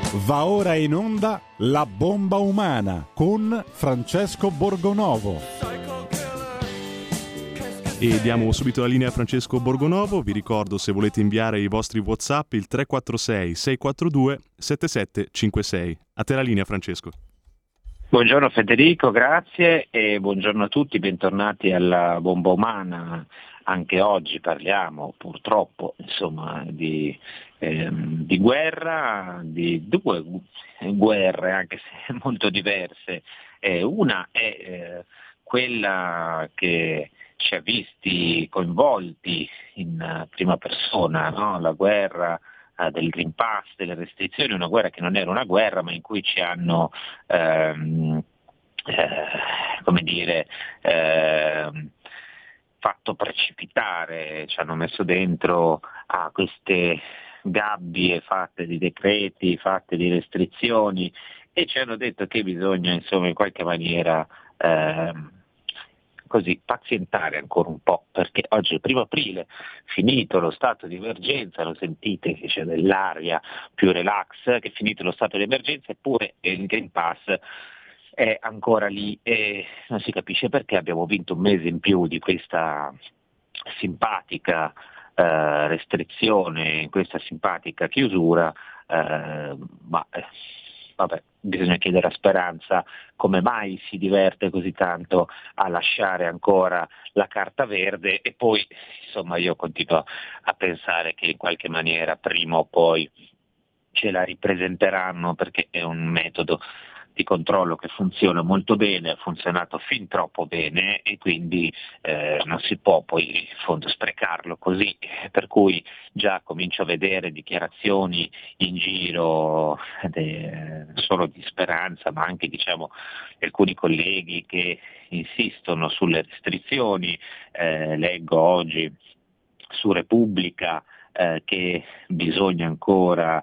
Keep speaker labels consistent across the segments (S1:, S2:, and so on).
S1: Va ora in onda La bomba umana con Francesco Borgonovo.
S2: E diamo subito la linea a Francesco Borgonovo. Vi ricordo, se volete inviare i vostri WhatsApp, il 346 642 7756. A te la linea, Francesco.
S3: Buongiorno Federico, grazie e buongiorno a tutti, bentornati alla bomba umana. Anche oggi parliamo purtroppo di guerra, di due guerre anche se molto diverse. Una è quella che ci ha visti coinvolti in prima persona, no? La guerra del Green Pass, delle restrizioni, una guerra che non era una guerra ma in cui ci hanno fatto precipitare, ci hanno messo dentro a queste gabbie fatte di decreti, fatte di restrizioni e ci hanno detto che bisogna in qualche maniera pazientare ancora un po', perché oggi è il 1° aprile, finito lo stato di emergenza, lo sentite che c'è dell'aria più relax, che è finito lo stato di emergenza, eppure il Green Pass è ancora lì e non si capisce perché. Abbiamo vinto un mese in più di questa simpatica restrizione, questa simpatica chiusura, vabbè, bisogna chiedere a Speranza come mai si diverte così tanto a lasciare ancora la carta verde e poi io continuo a pensare che in qualche maniera prima o poi ce la ripresenteranno, perché è un metodo di controllo che funziona molto bene, ha funzionato fin troppo bene e quindi non si può poi in fondo sprecarlo così, per cui già comincio a vedere dichiarazioni in giro solo di Speranza, ma anche alcuni colleghi che insistono sulle restrizioni. Leggo oggi su Repubblica che bisogna ancora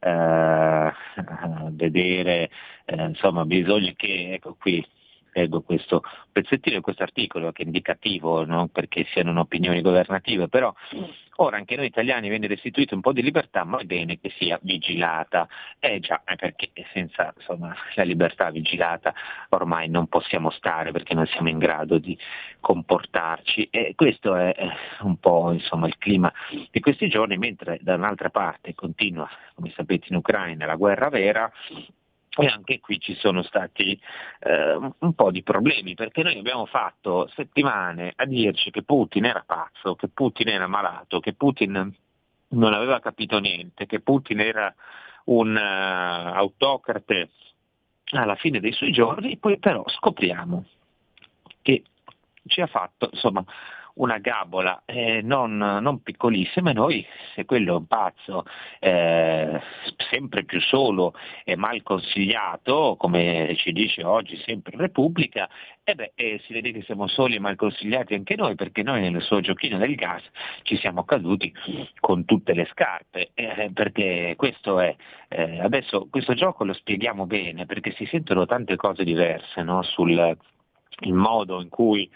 S3: vedere, bisogna che, ecco qui leggo questo pezzettino, questo articolo che è indicativo, non perché siano opinioni governative, però ora anche noi italiani viene restituito un po' di libertà, ma è bene che sia vigilata. Già, perché senza la libertà vigilata ormai non possiamo stare, perché non siamo in grado di comportarci, e questo è un po' il clima di questi giorni, mentre da un'altra parte continua, come sapete, in Ucraina la guerra vera. E anche qui ci sono stati un po' di problemi, perché noi abbiamo fatto settimane a dirci che Putin era pazzo, che Putin era malato, che Putin non aveva capito niente, che Putin era un autocrate alla fine dei suoi giorni, e poi però scopriamo che ci ha fatto una gabola non piccolissima, e noi, se quello è un pazzo sempre più solo e mal consigliato, come ci dice oggi sempre Repubblica, si vede che siamo soli e mal consigliati anche noi, perché noi nel suo giochino del gas ci siamo caduti con tutte le scarpe, perché questo è adesso questo gioco lo spieghiamo bene, perché si sentono tante cose diverse, no? Sul il modo in cui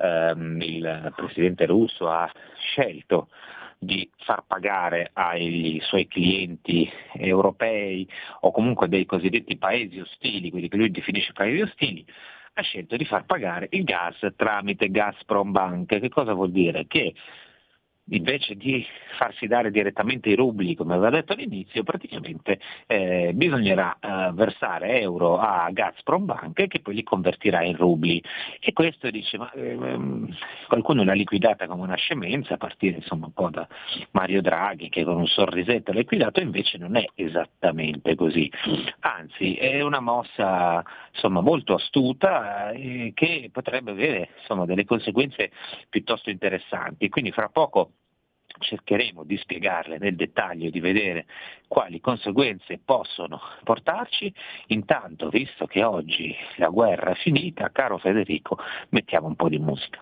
S3: il presidente russo ha scelto di far pagare ai suoi clienti europei, o comunque dei cosiddetti paesi ostili, quelli che lui definisce paesi ostili, ha scelto di far pagare il gas tramite Gazprom Bank. Che cosa vuol dire? Che invece di farsi dare direttamente i rubli, come aveva detto all'inizio, praticamente bisognerà versare euro a Gazprom Bank, che poi li convertirà in rubli. E questo dice, qualcuno l'ha liquidata come una scemenza, a partire un po' da Mario Draghi, che con un sorrisetto l'ha liquidato. Invece non è esattamente così, anzi è una mossa molto astuta, che potrebbe avere delle conseguenze piuttosto interessanti. Quindi fra poco cercheremo di spiegarle nel dettaglio, di vedere quali conseguenze possono portarci. Intanto, visto che oggi la guerra è finita, caro Federico, mettiamo un po' di musica.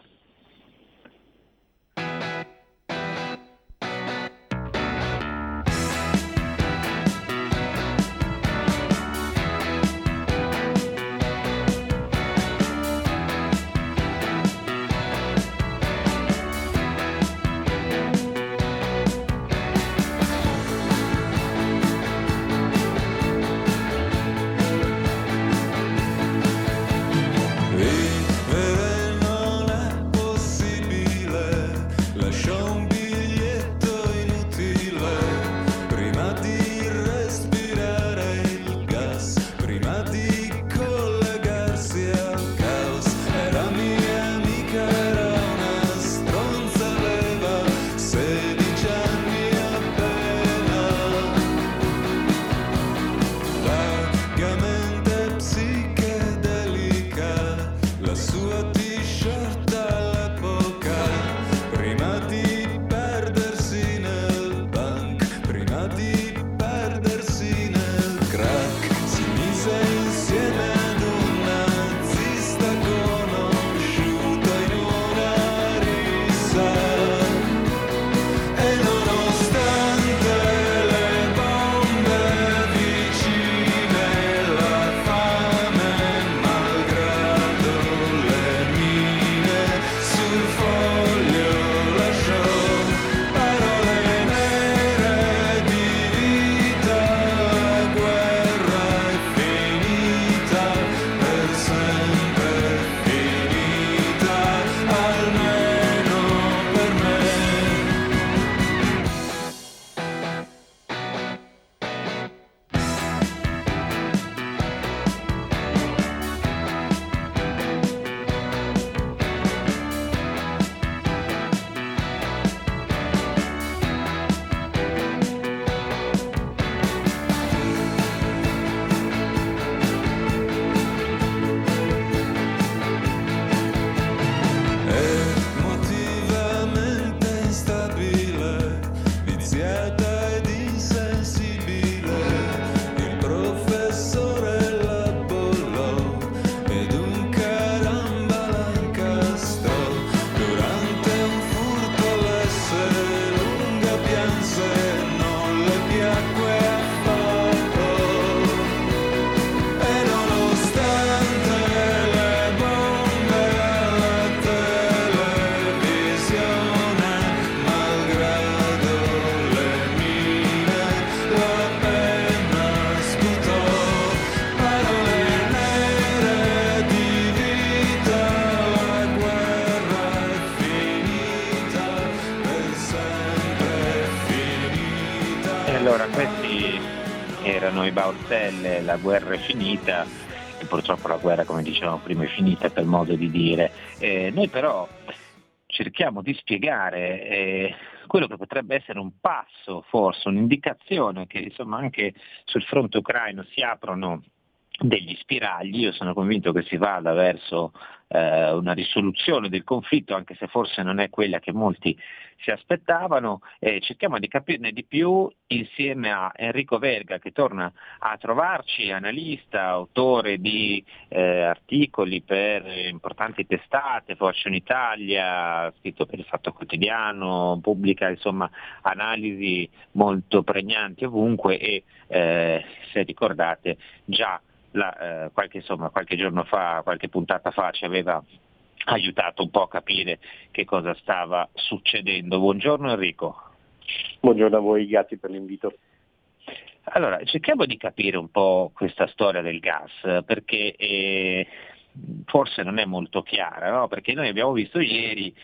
S3: stelle, la guerra è finita, e purtroppo la guerra, come dicevamo prima, è finita per modo di dire. Noi però cerchiamo di spiegare quello che potrebbe essere un passo, forse un'indicazione che insomma anche sul fronte ucraino si aprono degli spiragli. Io sono convinto che si vada verso una risoluzione del conflitto, anche se forse non è quella che molti si aspettavano. Cerchiamo di capirne di più insieme a Enrico Verga, che torna a trovarci, analista, autore di articoli per importanti testate, Fortune Italia, ha scritto per il Fatto Quotidiano, pubblica insomma analisi molto pregnanti ovunque e se ricordate già qualche giorno fa, qualche puntata fa ci aveva aiutato un po' a capire che cosa stava succedendo. Buongiorno Enrico.
S4: Buongiorno a voi, grazie per l'invito.
S3: Allora, cerchiamo di capire un po' questa storia del gas, perché forse non è molto chiara, no? Perché noi abbiamo visto ieri,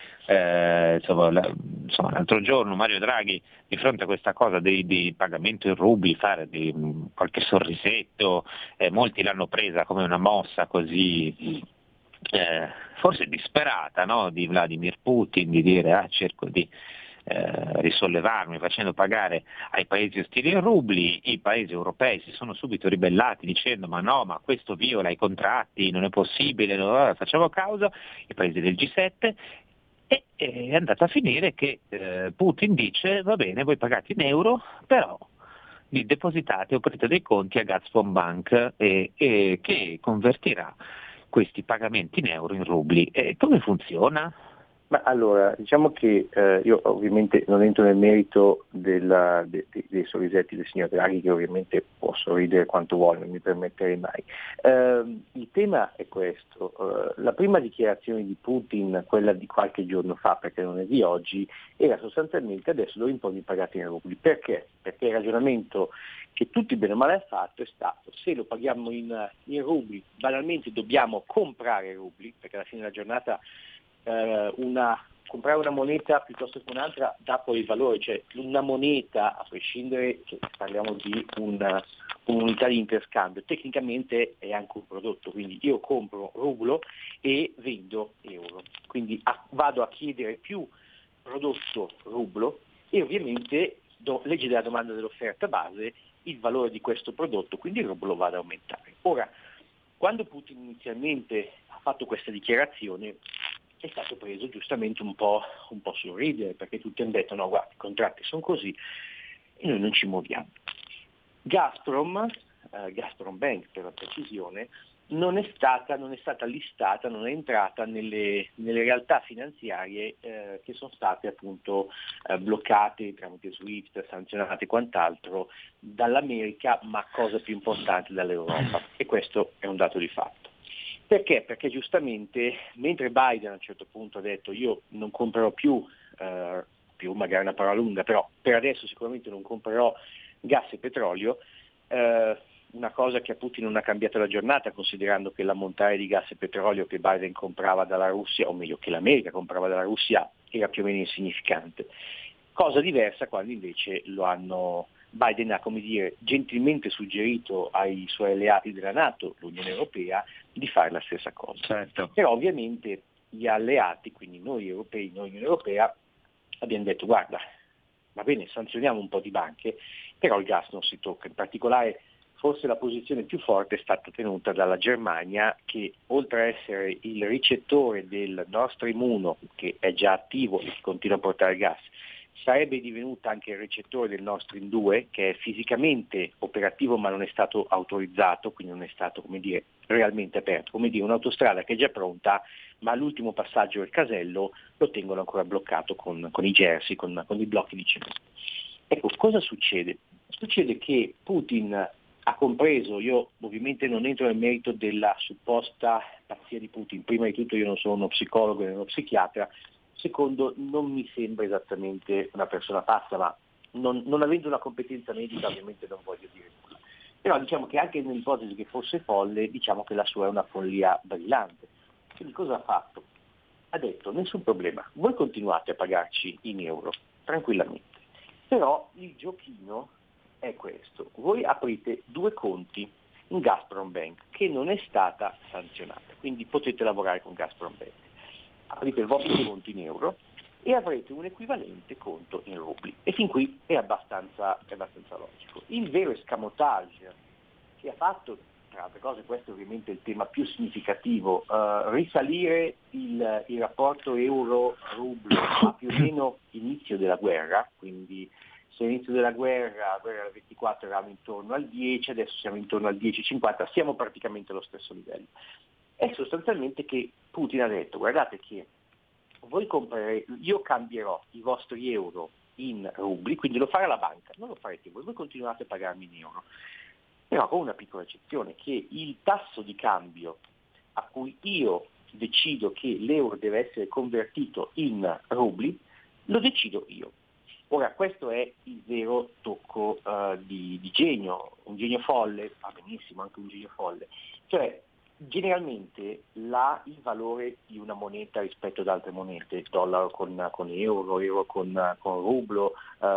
S3: l'altro giorno Mario Draghi di fronte a questa cosa di pagamento in rubli fare qualche sorrisetto, molti l'hanno presa come una mossa così forse disperata, no? Di Vladimir Putin, di dire cerco di risollevarmi facendo pagare ai paesi ostili in rubli. I paesi europei si sono subito ribellati dicendo ma questo viola i contratti, non è possibile, no, facciamo causa, i paesi del G7, e è andato a finire che Putin dice va bene, voi pagate in euro, però li depositate o aprite dei conti a Gazprombank che convertirà questi pagamenti in euro in rubli. Come funziona?
S4: Ma allora, diciamo che io ovviamente non entro nel merito dei sorrisetti del signor Draghi, che ovviamente può sorridere quanto vuole, non mi permetterei mai. Il tema è questo, la prima dichiarazione di Putin, quella di qualche giorno fa, perché non è di oggi, era sostanzialmente adesso lo imponi pagati in rubli. Perché? Perché il ragionamento che tutti bene o male hanno fatto è stato: se lo paghiamo in rubli, banalmente dobbiamo comprare rubli, perché alla fine della giornata comprare una moneta piuttosto che un'altra dà poi il valore, cioè una moneta, a prescindere che parliamo di un'unità di interscambio, tecnicamente è anche un prodotto, quindi io compro rublo e vendo euro, quindi vado a chiedere più prodotto rublo e ovviamente legge della domanda dell'offerta base, il valore di questo prodotto, quindi il rublo va ad aumentare. Ora, quando Putin inizialmente ha fatto questa dichiarazione è stato preso giustamente un po' sul ridere, perché tutti hanno detto no, guarda, i contratti sono così e noi non ci muoviamo. Gazprom Bank per la precisione, non è stata listata, non è entrata nelle realtà finanziarie che sono state appunto bloccate tramite SWIFT, sanzionate e quant'altro dall'America, ma cosa più importante dall'Europa, e questo è un dato di fatto. Perché? Perché giustamente, mentre Biden a un certo punto ha detto io non comprerò più magari una parola lunga, però per adesso sicuramente non comprerò gas e petrolio, una cosa che a Putin non ha cambiato la giornata, considerando che l'ammontare di gas e petrolio che Biden comprava dalla Russia, o meglio che l'America comprava dalla Russia, era più o meno insignificante. Cosa diversa quando invece Biden ha, come dire, gentilmente suggerito ai suoi alleati della NATO, l'Unione Europea, di fare la stessa cosa.
S3: Certo.
S4: Però ovviamente gli alleati, quindi noi europei, noi Unione Europea, abbiamo detto guarda, va bene, sanzioniamo un po' di banche, però il gas non si tocca. In particolare forse la posizione più forte è stata tenuta dalla Germania, che oltre a essere il ricettore del Nord Stream 1, che è già attivo e che continua a portare gas, sarebbe divenuta anche il ricettore del Nord Stream 2, che è fisicamente operativo ma non è stato autorizzato, quindi non è stato, come dire, realmente aperto, come dire un'autostrada che è già pronta, ma all'ultimo passaggio del casello lo tengono ancora bloccato con i gersi, con i blocchi di cemento. Ecco, cosa succede? Succede che Putin ha compreso, io ovviamente non entro nel merito della supposta pazzia di Putin, prima di tutto io non sono uno psicologo né uno psichiatra, secondo non mi sembra esattamente una persona pazza, ma non avendo una competenza medica ovviamente non voglio dire nulla. Però diciamo che anche nell'ipotesi che fosse folle, diciamo che la sua è una follia brillante. Quindi cosa ha fatto? Ha detto nessun problema, voi continuate a pagarci in euro, tranquillamente, però il giochino è questo: voi aprite 2 conti in Gazprom Bank che non è stata sanzionata, quindi potete lavorare con Gazprom Bank. Aprite il vostro conto in euro e avrete un equivalente conto in rubli. E fin qui è abbastanza logico. Il vero escamotage che ha fatto, tra altre cose, questo è ovviamente il tema più significativo, risalire il rapporto euro-rublo a più o meno inizio della guerra, quindi se all'inizio della guerra del 24 eravamo intorno al 10, adesso siamo intorno al 10,50, siamo praticamente allo stesso livello. È sostanzialmente che Putin ha detto: guardate che voi comprerete, io cambierò i vostri euro in rubli, quindi lo farà la banca, non lo farete voi continuate a pagarmi in euro. Però con una piccola eccezione, che il tasso di cambio a cui io decido che l'euro deve essere convertito in rubli, lo decido io. Ora, questo è il vero tocco di genio, un genio folle, va benissimo anche un genio folle, cioè generalmente il valore di una moneta rispetto ad altre monete, dollaro con euro con rublo,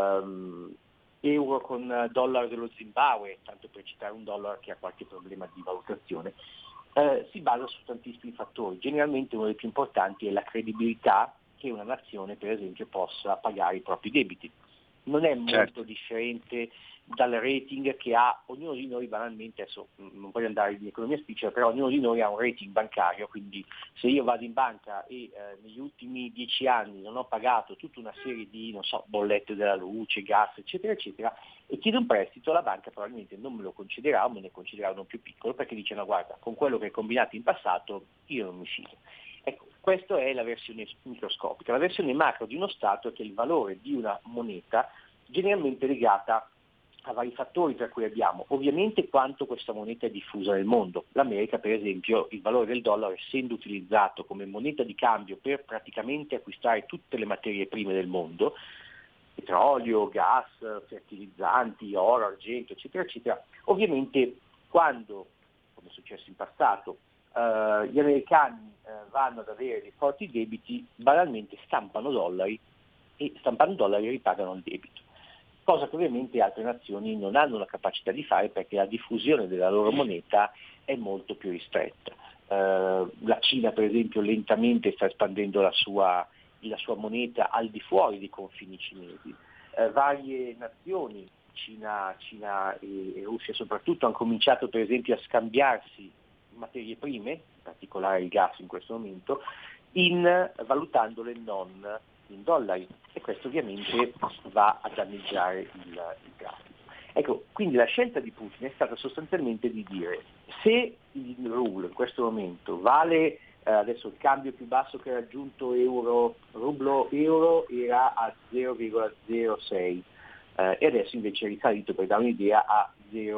S4: euro con dollaro dello Zimbabwe, tanto per citare un dollaro che ha qualche problema di valutazione, si basa su tantissimi fattori. Generalmente uno dei più importanti è la credibilità che una nazione, per esempio, possa pagare i propri debiti. Non è molto differente dal rating che ha ognuno di noi banalmente, adesso non voglio andare in economia spiccia, però ognuno di noi ha un rating bancario, quindi se io vado in banca e negli ultimi 10 anni non ho pagato tutta una serie di, bollette della luce, gas, eccetera, eccetera, e chiedo un prestito, la banca probabilmente non me lo concederà o me ne concederà uno più piccolo, perché dice: no, guarda, con quello che hai combinato in passato io non mi fido. Ecco, questa è la versione microscopica. La versione macro di uno Stato è che il valore di una moneta generalmente è legata a vari fattori, tra cui abbiamo ovviamente quanto questa moneta è diffusa nel mondo. L'America, per esempio, il valore del dollaro, essendo utilizzato come moneta di cambio per praticamente acquistare tutte le materie prime del mondo, petrolio, gas, fertilizzanti, oro, argento, eccetera, eccetera, ovviamente quando, come è successo in passato, gli americani vanno ad avere dei forti debiti, banalmente stampano dollari e stampando dollari ripagano il debito, cosa che ovviamente altre nazioni non hanno la capacità di fare perché la diffusione della loro moneta è molto più ristretta. La Cina, per esempio, lentamente sta espandendo la sua moneta al di fuori dei confini cinesi. Varie nazioni, Cina e Russia soprattutto, hanno cominciato per esempio a scambiarsi materie prime, in particolare il gas in questo momento, valutandole non in dollari, e questo ovviamente va a danneggiare il grafico. Ecco, quindi la scelta di Putin è stata sostanzialmente di dire: se il rublo in questo momento vale, adesso il cambio più basso che ha raggiunto rublo-euro era a 0,06, e adesso invece è risalito, per dare un'idea, a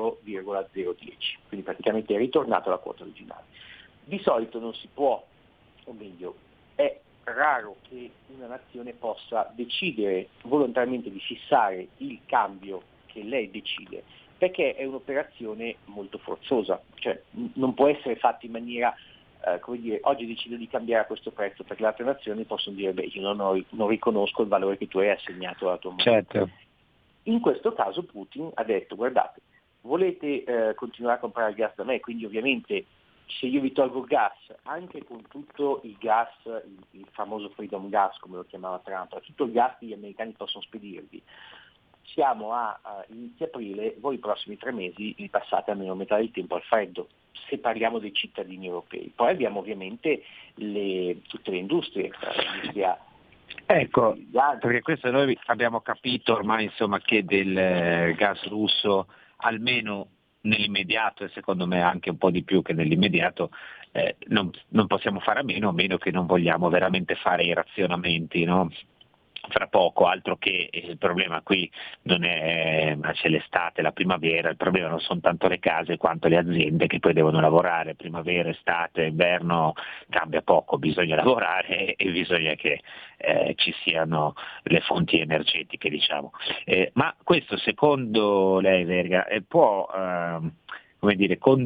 S4: 0,010, quindi praticamente è ritornato alla quota originale. Di solito non si può, o meglio, è raro che una nazione possa decidere volontariamente di fissare il cambio che lei decide, perché è un'operazione molto forzosa, cioè non può essere fatta in maniera oggi decido di cambiare a questo prezzo, perché le altre nazioni possono dire: beh, io non riconosco il valore che tu hai assegnato alla tua moneta.
S3: Certo.
S4: In questo caso Putin ha detto: guardate, volete continuare a comprare il gas da me, quindi ovviamente se io vi tolgo il gas, anche con tutto il gas, il famoso freedom gas come lo chiamava Trump, tutto il gas che gli americani possono spedirvi, siamo a inizio aprile, voi i prossimi 3 mesi li passate almeno metà del tempo al freddo, se parliamo dei cittadini europei. Poi abbiamo ovviamente tutte le industrie, l'industria.
S3: Ecco, perché questo noi abbiamo capito ormai, insomma, che del gas russo, almeno nell'immediato, e secondo me anche un po' di più che nell'immediato, non possiamo fare a meno che non vogliamo veramente fare i razionamenti, no? Fra poco, altro che il problema qui non è, c'è l'estate, la primavera, il problema non sono tanto le case quanto le aziende che poi devono lavorare, primavera, estate, inverno, cambia poco, bisogna lavorare e bisogna che ci siano le fonti energetiche, diciamo. Ma questo secondo lei, Verga, può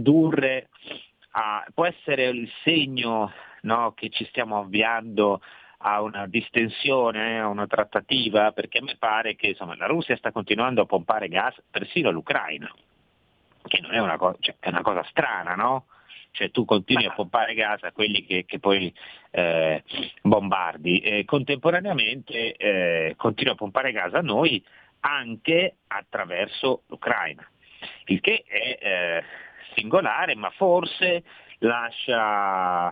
S3: condurre può essere il segno, no, che ci stiamo avviando a una distensione, a una trattativa, perché a me pare che insomma, la Russia sta continuando a pompare gas persino all'Ucraina, che non è una cosa, cioè, è una cosa strana, no? Cioè tu continui a pompare gas a quelli che poi bombardi e contemporaneamente continui a pompare gas a noi anche attraverso l'Ucraina, il che è singolare, ma forse lascia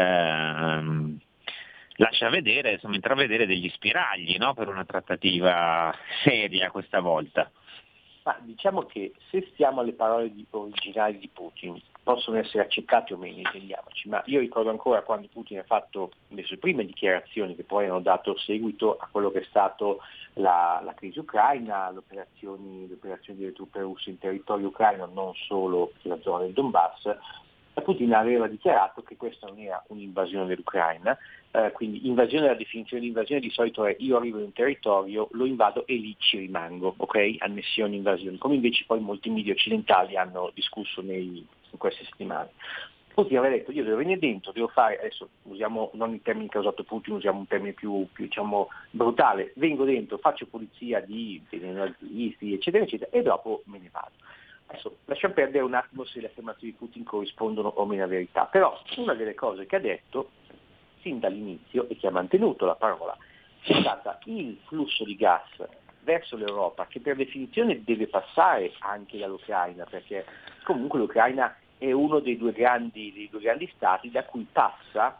S3: vedere, insomma, intravedere degli spiragli, no? Per una trattativa seria questa volta.
S4: Ma diciamo che se stiamo alle parole originali di Putin, possono essere accettate o meno, intendiamoci, ma io ricordo ancora quando Putin ha fatto le sue prime dichiarazioni che poi hanno dato seguito a quello che è stato la crisi ucraina, le operazioni delle truppe russe in territorio ucraino, non solo la zona del Donbass. Putin aveva dichiarato che questa non era un'invasione dell'Ucraina, quindi invasione, la definizione di invasione di solito è io arrivo in un territorio, lo invado e lì ci rimango, ok? Annessioni, invasioni, come invece poi molti media occidentali hanno discusso in queste settimane. Putin aveva detto io devo venire dentro, devo fare, adesso usiamo non il termine che ha usato Putin, usiamo un termine più diciamo brutale, vengo dentro, faccio pulizia di nazisti, eccetera, eccetera, e dopo me ne vado. Adesso lasciamo perdere un attimo se le affermazioni di Putin corrispondono o meno a verità, però una delle cose che ha detto sin dall'inizio e che ha mantenuto la parola è stata il flusso di gas verso l'Europa, che per definizione deve passare anche dall'Ucraina, perché comunque l'Ucraina è uno dei due grandi stati da cui passano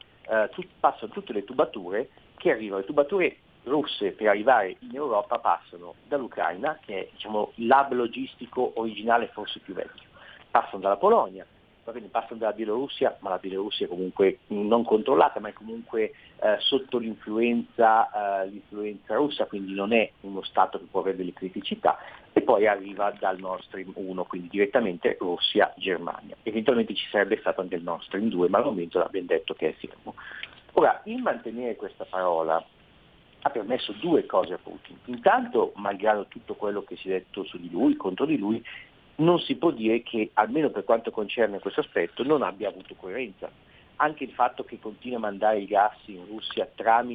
S4: tutte le tubature che arrivano. Le tubature russe per arrivare in Europa passano dall'Ucraina, che è diciamo, l'hub logistico originale forse più vecchio, passano dalla Polonia, passano dalla Bielorussia, ma la Bielorussia è comunque non controllata, ma è comunque sotto l'influenza russa, quindi non è uno Stato che può avere delle criticità, e poi arriva dal Nord Stream 1, quindi direttamente Russia-Germania. Eventualmente ci sarebbe stato anche il Nord Stream 2, ma al momento abbiamo detto che è fermo. Ora, il mantenere questa parola ha permesso due cose a Putin. Intanto, malgrado tutto quello che si è detto su di lui, contro di lui, non si può dire che, almeno per quanto concerne questo aspetto, non abbia avuto coerenza. Anche il fatto che continua a mandare il gas in Russia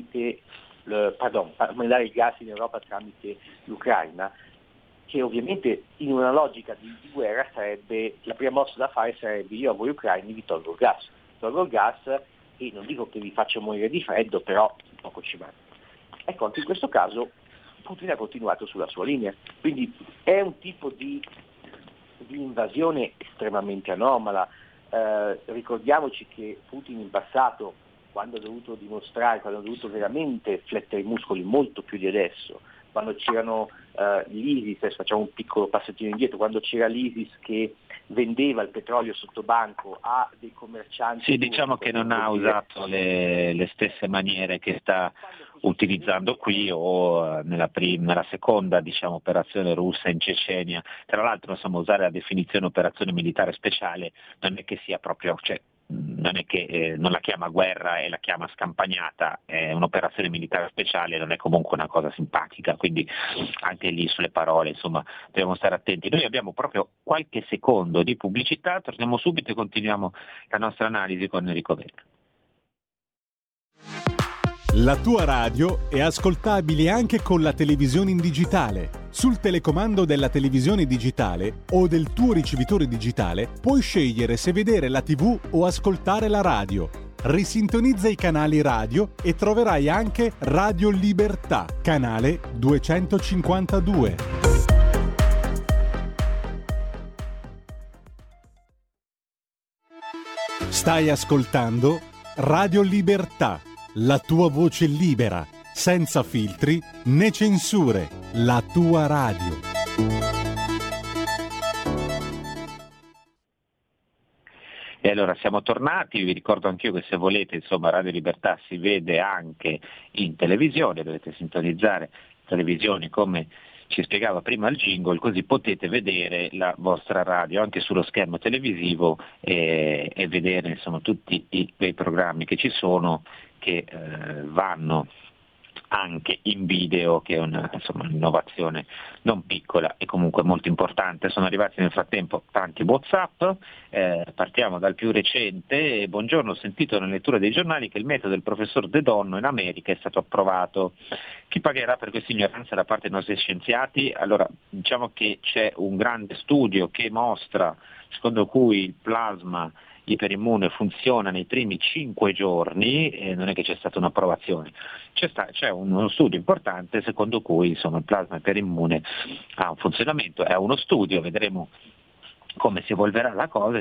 S4: mandare il gas in Europa tramite l'Ucraina, che ovviamente in una logica di guerra sarebbe, la prima mossa da fare sarebbe io a voi ucraini vi tolgo il gas e non dico che vi faccio morire di freddo, però poco ci manca. Ecco, anche in questo caso Putin ha continuato sulla sua linea, quindi è un tipo di invasione estremamente anomala. Ricordiamoci che Putin in passato, quando ha dovuto veramente flettere i muscoli molto più di adesso, quando c'erano l'ISIS, adesso facciamo un piccolo passettino indietro, quando c'era l'ISIS che vendeva il petrolio sotto banco a dei commercianti.
S3: Sì, diciamo che non ha usato le stesse maniere che sta utilizzando qui o nella seconda operazione russa in Cecenia. Tra l'altro insomma, usare la definizione operazione militare speciale non è che sia proprio, non è che non la chiama guerra e la chiama scampagnata, è un'operazione militare speciale, non è comunque una cosa simpatica, quindi anche lì sulle parole insomma dobbiamo stare attenti. Noi abbiamo proprio qualche secondo di pubblicità, torniamo subito e continuiamo la nostra analisi con Enrico Vega.
S1: La tua radio è ascoltabile anche con la televisione in digitale. Sul telecomando della televisione digitale o del tuo ricevitore digitale puoi scegliere se vedere la TV o ascoltare la radio. Risintonizza i canali radio e troverai anche Radio Libertà, canale 252. Stai ascoltando Radio Libertà. La tua voce libera, senza filtri né censure, la tua radio.
S3: E allora siamo tornati, vi ricordo anch'io che se volete, insomma, Radio Libertà si vede anche in televisione, dovete sintonizzare televisioni come ci spiegava prima il jingle, così potete vedere la vostra radio anche sullo schermo televisivo e vedere insomma tutti i programmi che ci sono, che vanno anche in video, che è un'innovazione non piccola e comunque molto importante. Sono arrivati nel frattempo tanti WhatsApp, partiamo dal più recente. Buongiorno, ho sentito nella lettura dei giornali che il metodo del professor De Donno in America è stato approvato. Chi pagherà per questa ignoranza da parte dei nostri scienziati? Allora, diciamo che c'è un grande studio che mostra, secondo cui il plasma iperimmune funziona nei primi 5 giorni, non è che c'è stata un'approvazione, c'è uno studio importante secondo cui il plasma iperimmune ha un funzionamento, è uno studio, vedremo come si evolverà la cosa,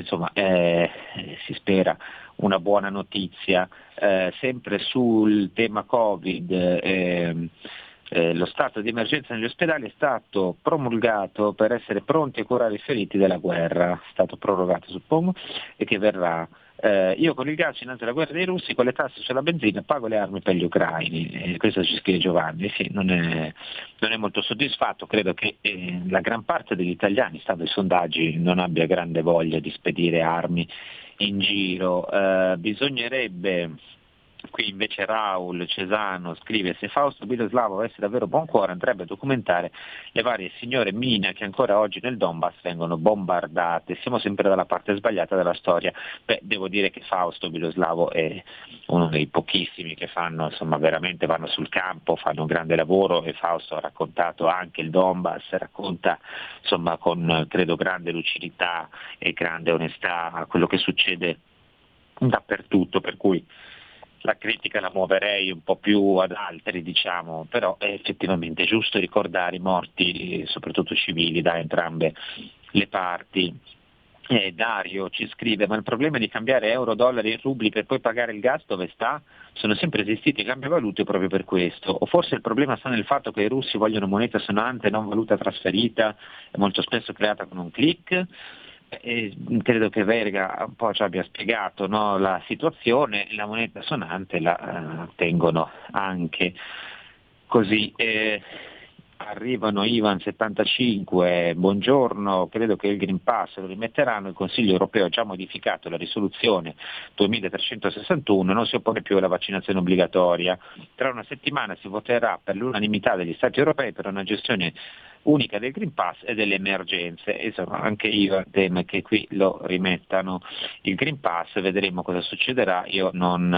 S3: si spera una buona notizia. Sempre sul tema Covid, lo stato di emergenza negli ospedali è stato promulgato per essere pronti a curare i feriti della guerra, è stato prorogato suppongo, e che verrà. Io con il gas innanzi alla guerra dei russi, con le tasse sulla benzina pago le armi per gli ucraini, questo ci scrive Giovanni. Sì, non è molto soddisfatto, credo che la gran parte degli italiani, stando ai sondaggi, non abbia grande voglia di spedire armi in giro. Bisognerebbe. Qui invece Raul Cesano scrive: se Fausto Biloslavo avesse davvero buon cuore andrebbe a documentare le varie signore Mina che ancora oggi nel Donbass vengono bombardate. Siamo sempre dalla parte sbagliata della storia. Devo dire che Fausto Biloslavo è uno dei pochissimi che veramente vanno sul campo, fanno un grande lavoro, e Fausto ha raccontato anche il Donbass, racconta con credo grande lucidità e grande onestà quello che succede dappertutto, per cui la critica la muoverei un po' più ad altri, però è effettivamente giusto ricordare i morti, soprattutto civili, da entrambe le parti. Dario ci scrive: ma il problema di cambiare euro, dollari e rubli per poi pagare il gas dove sta? Sono sempre esistiti i cambiavalute proprio per questo. O forse il problema sta nel fatto che i russi vogliono moneta sonante, non valuta trasferita, e molto spesso creata con un click? Credo che Verga un po' ci abbia spiegato, no, la situazione. La moneta sonante la tengono anche così. Arrivano Ivan 75, buongiorno, credo che il Green Pass lo rimetteranno, il Consiglio europeo ha già modificato la risoluzione 2361, non si oppone più alla vaccinazione obbligatoria, tra una settimana si voterà per l'unanimità degli Stati europei per una gestione unica del Green Pass e delle emergenze. Anche io temo che qui lo rimettano il Green Pass, vedremo cosa succederà. Io non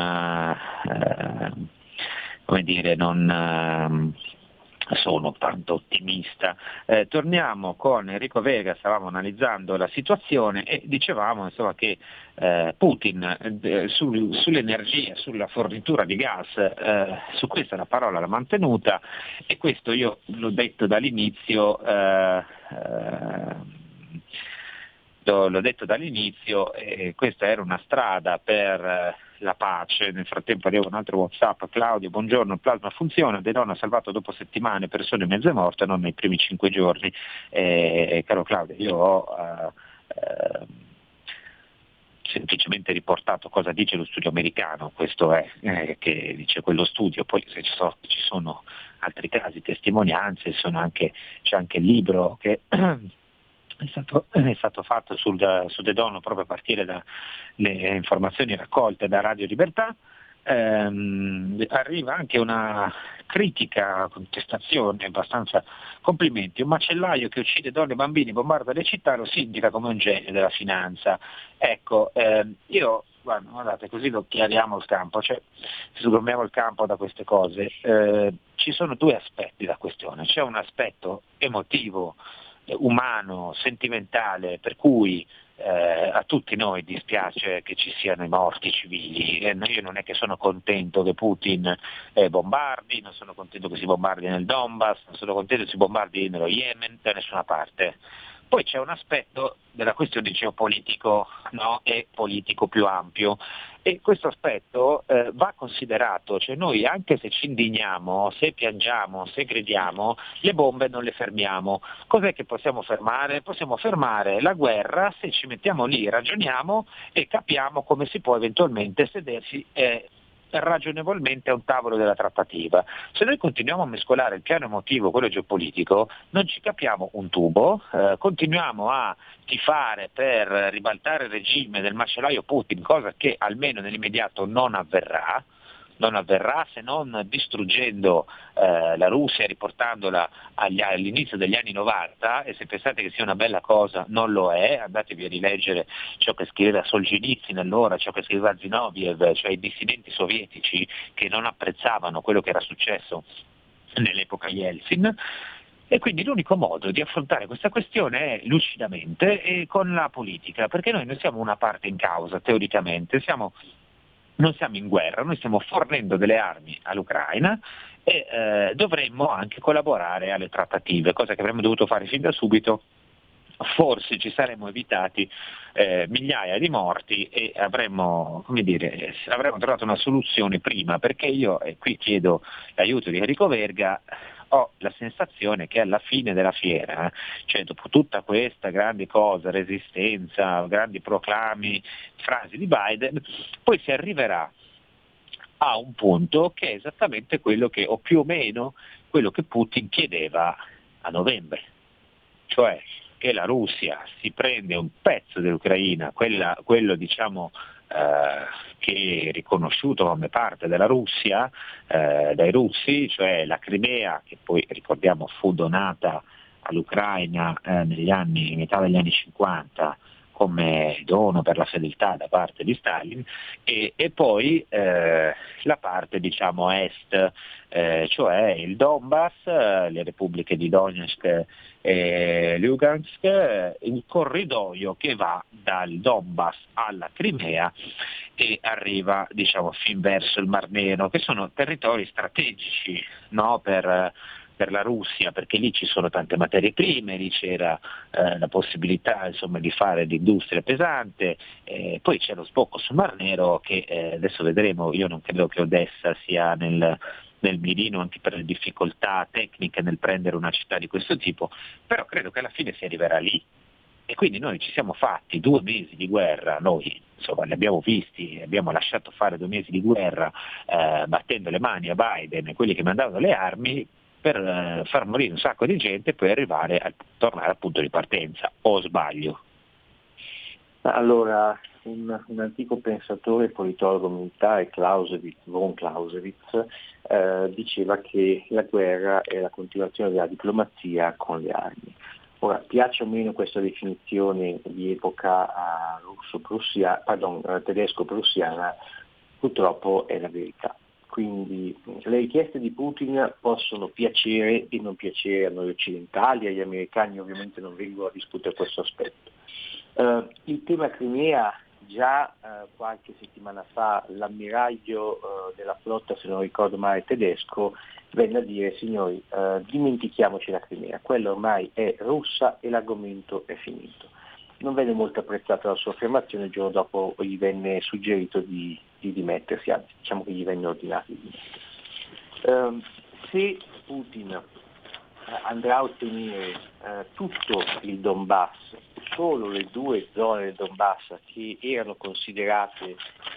S3: sono tanto ottimista. Torniamo con Enrico Vega, stavamo analizzando la situazione e dicevamo che Putin sull'energia, sulla fornitura di gas, su questa la parola l'ha mantenuta, e questo io l'ho detto dall'inizio. Questa era una strada per la pace. Nel frattempo arriva un altro WhatsApp: Claudio, buongiorno, il plasma funziona, De Donno ha salvato dopo settimane persone mezze morte, non nei primi 5 giorni. Caro Claudio, io ho semplicemente riportato cosa dice lo studio americano, questo è che dice quello studio, poi se ci sono altri casi, testimonianze, c'è anche il libro che è stato fatto su De Donno proprio a partire dalle informazioni raccolte da Radio Libertà. Arriva anche una critica, contestazione, abbastanza complimenti: un macellaio che uccide donne e bambini, bombarda le città, lo si indica come un genio della finanza. Ecco, guardate, così lo chiariamo il campo, sgombriamo il campo da queste cose. Ci sono due aspetti da questione: c'è un aspetto emotivo, umano, sentimentale, per cui a tutti noi dispiace che ci siano i morti civili. Io non è che sono contento che Putin bombardi, non sono contento che si bombardi nel Donbass, non sono contento che si bombardi nello Yemen, da nessuna parte. Poi c'è un aspetto della questione geopolitico, no? E politico più ampio, e questo aspetto va considerato, noi anche se ci indigniamo, se piangiamo, se gridiamo, le bombe non le fermiamo. Cos'è che possiamo fermare? Possiamo fermare la guerra se ci mettiamo lì, ragioniamo e capiamo come si può eventualmente sedersi ragionevolmente a un tavolo della trattativa. Se noi continuiamo a mescolare il piano emotivo, quello geopolitico, non ci capiamo un tubo, continuiamo a tifare per ribaltare il regime del macellaio Putin, cosa che almeno nell'immediato non avverrà, non avverrà se non distruggendo la Russia, riportandola all'inizio degli anni 90, e se pensate che sia una bella cosa non lo è, andatevi a rileggere ciò che scriveva Solzhenitsyn allora, ciò che scriveva Zinoviev, cioè i dissidenti sovietici che non apprezzavano quello che era successo nell'epoca Yeltsin. E quindi l'unico modo di affrontare questa questione è lucidamente e con la politica, perché noi non siamo una parte in causa, teoricamente, non siamo in guerra, noi stiamo fornendo delle armi all'Ucraina e dovremmo anche collaborare alle trattative, cosa che avremmo dovuto fare fin da subito. Forse ci saremmo evitati migliaia di morti e avremmo trovato una soluzione prima, perché io, e qui chiedo l'aiuto di Enrico Verga, ho la sensazione che alla fine della fiera, cioè dopo tutta questa grande cosa, resistenza, grandi proclami, frasi di Biden, poi si arriverà a un punto che è esattamente quello che, o più o meno, quello che Putin chiedeva a novembre, cioè che la Russia si prende un pezzo dell'Ucraina, quello diciamo che è riconosciuto come parte della Russia dai russi, cioè la Crimea, che poi ricordiamo fu donata all'Ucraina metà degli anni 50 come dono per la fedeltà da parte di Stalin, e poi la parte diciamo est, cioè il Donbass, le repubbliche di Donetsk e Lugansk, il corridoio che va dal Donbass alla Crimea e arriva diciamo fin verso il Mar Nero, che sono territori strategici, no, per la Russia, perché lì ci sono tante materie prime, lì c'era la possibilità insomma di fare l'industria pesante, poi c'è lo sbocco sul Mar Nero che adesso vedremo. Io non credo che Odessa sia nel mirino anche per le difficoltà tecniche nel prendere una città di questo tipo, però credo che alla fine si arriverà lì. E quindi noi ci siamo fatti 2 mesi di guerra, noi insomma li abbiamo visti, abbiamo lasciato fare 2 mesi di guerra battendo le mani a Biden e quelli che mandavano le armi, per far morire un sacco di gente e poi arrivare a tornare al punto di partenza, o sbaglio?
S4: Allora, un antico pensatore e politologo militare, von Clausewitz, diceva che la guerra è la continuazione della diplomazia con le armi. Ora, piace o meno questa definizione di epoca tedesco-prussiana, purtroppo è la verità. Quindi le richieste di Putin possono piacere e non piacere a noi occidentali, agli americani ovviamente non vengo a discutere questo aspetto. Il tema Crimea, già qualche settimana fa l'ammiraglio della flotta, se non ricordo male, tedesco, venne a dire: signori, dimentichiamoci la Crimea, quella ormai è russa e l'argomento è finito. Non venne molto apprezzata la sua affermazione, il giorno dopo gli venne suggerito di dimettersi, anzi diciamo che gli venne ordinato di dimettersi. Se Putin andrà a ottenere tutto il Donbass, solo le 2 zone del Donbass che erano considerate,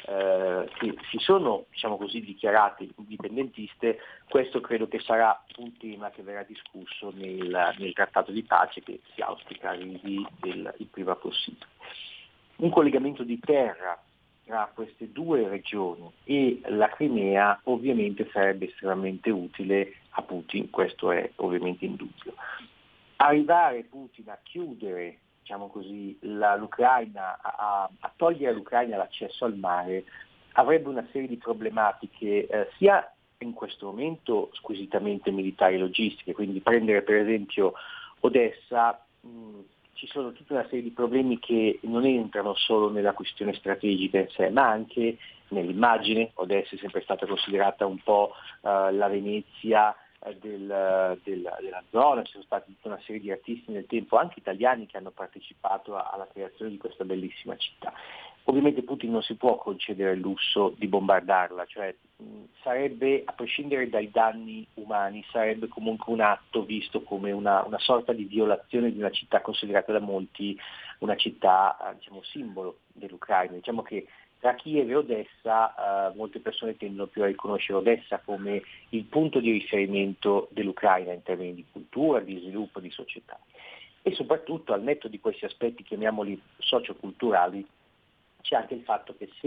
S4: che si sono diciamo così dichiarate indipendentiste, questo credo che sarà un tema che verrà discusso nel trattato di pace che si auspica arrivi il prima possibile. Un collegamento di terra tra queste 2 regioni e la Crimea ovviamente sarebbe estremamente utile a Putin, questo è ovviamente indubbio. Arrivare Putin a chiudere, diciamo così, l'Ucraina, a togliere all'Ucraina l'accesso al mare, avrebbe una serie di problematiche sia in questo momento squisitamente militari e logistiche, quindi prendere per esempio Odessa, ci sono tutta una serie di problemi che non entrano solo nella questione strategica in sé, ma anche nell'immagine. Odessa è sempre stata considerata un po' la Venezia della zona, ci sono stati tutta una serie di artisti nel tempo, anche italiani, che hanno partecipato alla creazione di questa bellissima città. Ovviamente Putin non si può concedere il lusso di bombardarla, cioè sarebbe, a prescindere dai danni umani, sarebbe comunque un atto visto come una sorta di violazione di una città considerata da molti una città diciamo simbolo dell'Ucraina. Diciamo che tra Kiev e Odessa molte persone tendono più a riconoscere Odessa come il punto di riferimento dell'Ucraina in termini di cultura, di sviluppo, di società. E soprattutto, al netto di questi aspetti, chiamiamoli socioculturali, c'è anche il fatto che se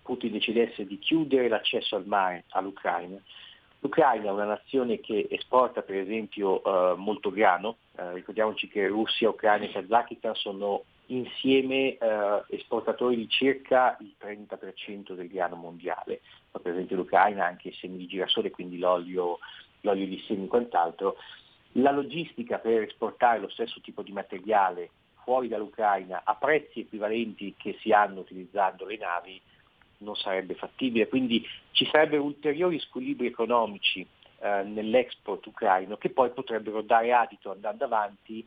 S4: Putin decidesse di chiudere l'accesso al mare all'Ucraina. L'Ucraina è una nazione che esporta per esempio molto grano, ricordiamoci che Russia, Ucraina e Kazakistan sono insieme esportatori di circa il 30% del grano mondiale, ma per esempio l'Ucraina ha anche i semi di girasole, quindi l'olio di semi e quant'altro. La logistica per esportare lo stesso tipo di materiale fuori dall'Ucraina a prezzi equivalenti che si hanno utilizzando le navi non sarebbe fattibile, quindi ci sarebbero ulteriori squilibri economici nell'export ucraino che poi potrebbero dare adito andando avanti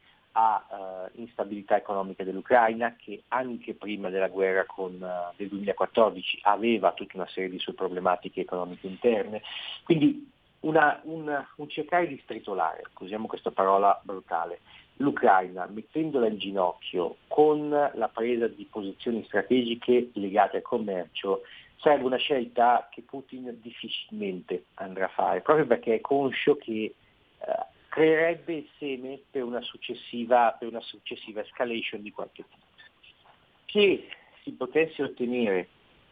S4: a instabilità economica dell'Ucraina, che anche prima della guerra del 2014 aveva tutta una serie di sue problematiche economiche interne, quindi un cercare di stritolare, usiamo questa parola brutale, l'Ucraina mettendola in ginocchio con la presa di posizioni strategiche legate al commercio sarebbe una scelta che Putin difficilmente andrà a fare, proprio perché è conscio che creerebbe il seme per una successiva escalation di qualche tipo. Che si potesse ottenere,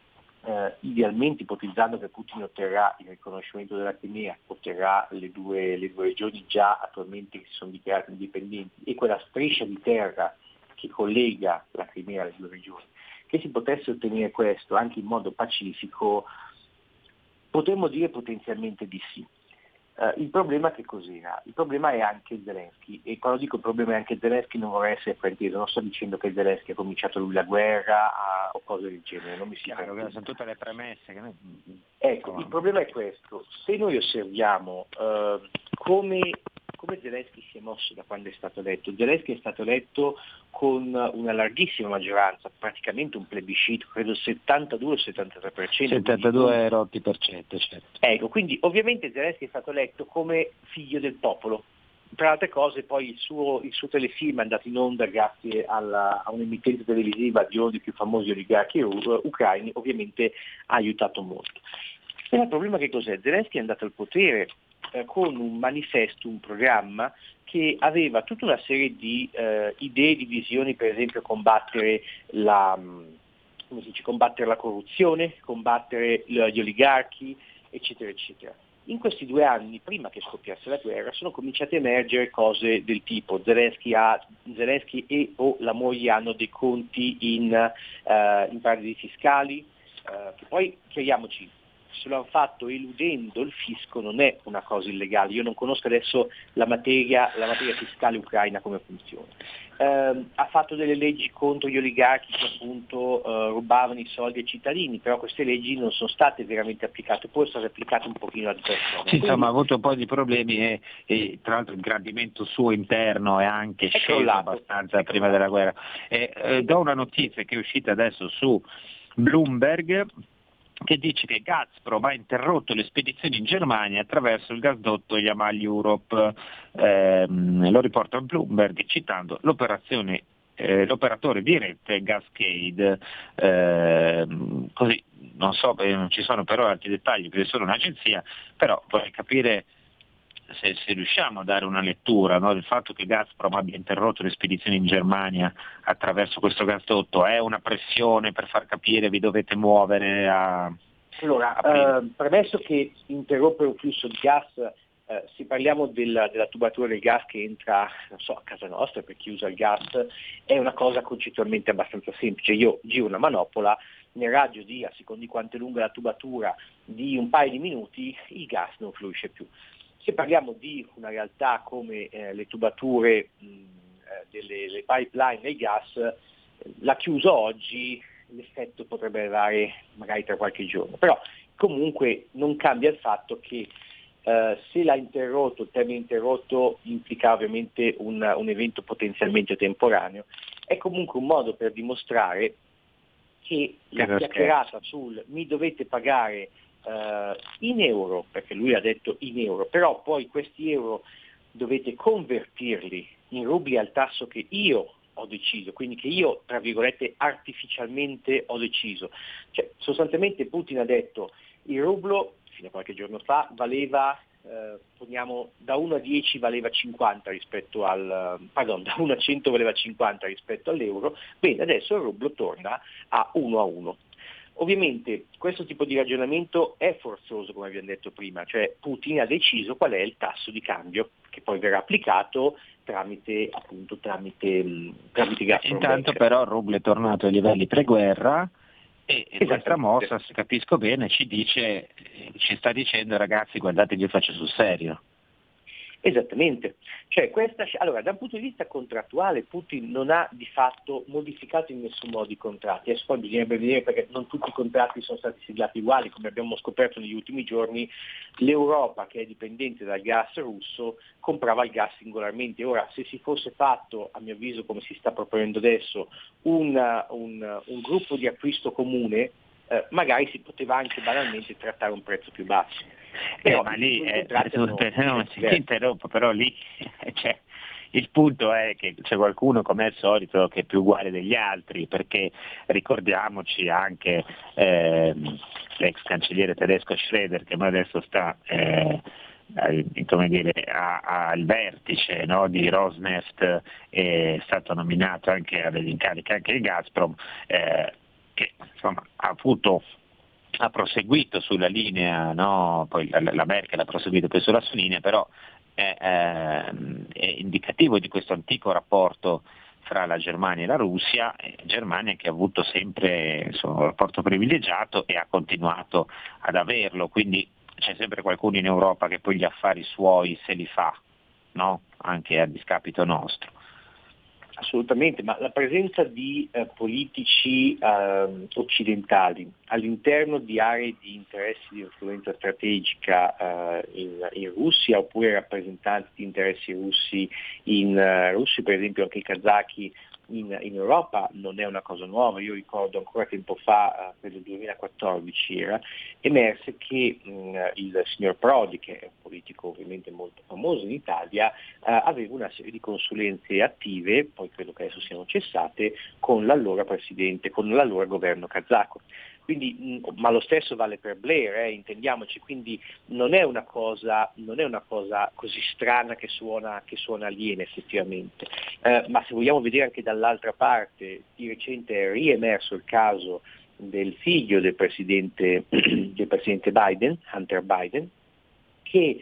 S4: idealmente ipotizzando che Putin otterrà il riconoscimento della Crimea, otterrà le due regioni già attualmente che si sono dichiarate indipendenti e quella striscia di terra che collega la Crimea alle due regioni, che si potesse ottenere questo anche in modo pacifico, potremmo dire potenzialmente di sì. Il problema che cos'era? Il problema è anche Zelensky, e quando dico il problema è anche Zelensky non vorrei essere frainteso, non sto dicendo che Zelensky ha cominciato lui la guerra o cose del genere, non mi si
S3: chiaro, sono tutte le premesse che noi...
S4: Ecco, il problema è questo: se noi osserviamo come Zelensky si è mosso da quando è stato eletto, Zelensky è stato eletto con una larghissima maggioranza, praticamente un plebiscito, credo il 72-73%.
S3: 72 rotti per cento, certo.
S4: Ecco, quindi ovviamente Zelensky è stato eletto come figlio del popolo. Tra altre cose poi il suo telefilm è andato in onda grazie a un'emittenza televisiva di uno dei più famosi oligarchi ucraini, ovviamente ha aiutato molto. Però il problema che cos'è? Zelensky è andato al potere con un manifesto, un programma che aveva tutta una serie di idee, di visioni, per esempio combattere la corruzione, combattere gli oligarchi, eccetera, eccetera. In questi 2 anni, prima che scoppiasse la guerra, sono cominciate a emergere cose del tipo Zelensky e o la moglie hanno dei conti in paradisi fiscali, che poi, chiariamoci, se lo hanno fatto eludendo il fisco non è una cosa illegale. Io non conosco adesso la materia fiscale ucraina come funziona. Ha fatto delle leggi contro gli oligarchi che appunto rubavano i soldi ai cittadini, però queste leggi non sono state veramente applicate, poi sono state applicate un pochino ad persone.
S3: Sì, insomma, ha avuto un po' di problemi e tra l'altro il gradimento suo interno è anche sceso abbastanza prima della guerra. Do una notizia che è uscita adesso su Bloomberg, che dice che Gazprom ha interrotto le spedizioni in Germania attraverso il gasdotto Yamal Europe. Lo riporta Bloomberg citando l'operatore di rete Gascade. Così, non so, non ci sono però altri dettagli perché sono un'agenzia, però vorrei capire se riusciamo a dare una lettura, no, del fatto che Gazprom abbia interrotto le spedizioni in Germania attraverso questo gasdotto. È una pressione per far capire vi dovete muovere
S4: Allora, premesso che interrompere un flusso di gas, se parliamo della tubatura del gas che entra, non so, a casa nostra per chi usa il gas, è una cosa concettualmente abbastanza semplice. Io giro una manopola, nel raggio di, a seconda di quanto è lunga la tubatura, di un paio di minuti il gas non fluisce più. Se parliamo di una realtà come le tubature delle pipeline del gas, la chiuso oggi, l'effetto potrebbe arrivare magari tra qualche giorno, però comunque non cambia il fatto che se l'ha interrotto, il termine interrotto implica ovviamente un evento potenzialmente temporaneo, è comunque un modo per dimostrare che la chiacchierata sul mi dovete pagare in euro, perché lui ha detto in euro, però poi questi euro dovete convertirli in rubli al tasso che io ho deciso, quindi che io, tra virgolette, artificialmente ho deciso. Cioè, sostanzialmente Putin ha detto il rublo, fino a qualche giorno fa, valeva, poniamo, da 1 a 10 valeva 50 rispetto da 1 a 100 valeva 50 rispetto all'euro, bene, adesso il rublo torna a 1 a 1. Ovviamente questo tipo di ragionamento è forzoso, come abbiamo detto prima, cioè Putin ha deciso qual è il tasso di cambio che poi verrà applicato tramite Gazprom.
S3: Intanto però il rublo è tornato ai livelli preguerra e questa mossa, se capisco bene, ci sta dicendo ragazzi guardate che io faccio sul serio.
S4: Esattamente, cioè allora da un punto di vista contrattuale Putin non ha di fatto modificato in nessun modo i contratti, adesso poi bisognerebbe vedere perché non tutti i contratti sono stati siglati uguali, come abbiamo scoperto negli ultimi giorni l'Europa che è dipendente dal gas russo comprava il gas singolarmente, ora se si fosse fatto a mio avviso come si sta proponendo adesso un gruppo di acquisto comune magari si poteva anche banalmente trattare un prezzo più basso.
S3: Ma lì, non si interrompo, però lì cioè, il punto è che c'è qualcuno come al solito che è più uguale degli altri, perché ricordiamoci anche l'ex cancelliere tedesco Schröder che adesso sta al vertice, no, di Rosneft, è stato nominato anche a degli incarichi anche di Gazprom, che insomma ha proseguito sulla linea, no? Poi la Merkel ha proseguito poi sulla sua linea, però è indicativo di questo antico rapporto fra la Germania e la Russia, Germania che ha avuto sempre un rapporto privilegiato e ha continuato ad averlo, quindi c'è sempre qualcuno in Europa che poi gli affari suoi se li fa, no? Anche a discapito nostro.
S4: Assolutamente, ma la presenza di politici occidentali all'interno di aree di interessi di influenza strategica in Russia, oppure rappresentanti di interessi russi in Russia, per esempio anche i kazaki in Europa, non è una cosa nuova. Io ricordo ancora tempo fa, per il 2014 emerse che il signor Prodi, che è un politico ovviamente molto famoso in Italia, aveva una serie di consulenze attive, poi credo che adesso siano cessate, con l'allora presidente, con l'allora governo kazako. Quindi, ma lo stesso vale per Blair, intendiamoci, quindi non è una cosa così strana che suona aliena effettivamente. Ma se vogliamo vedere anche dall'altra parte, di recente è riemerso il caso del figlio del presidente Biden, Hunter Biden, che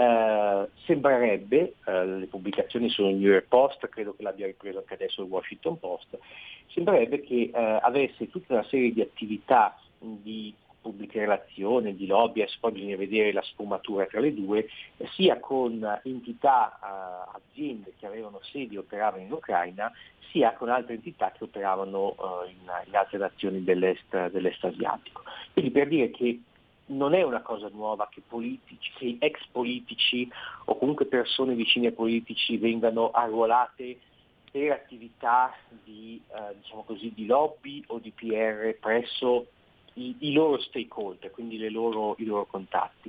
S4: sembrerebbe, le pubblicazioni sono il New York Post, credo che l'abbia ripreso anche adesso il Washington Post, sembrerebbe che avesse tutta una serie di attività di pubbliche relazioni, di lobby, poi bisogna vedere la sfumatura tra le due, sia con entità, aziende che avevano sedi e operavano in Ucraina, sia con altre entità che operavano in altre nazioni dell'est asiatico. Quindi per dire che non è una cosa nuova che ex politici o comunque persone vicine ai politici vengano arruolate per attività di lobby o di PR presso i loro stakeholder, quindi i loro contatti.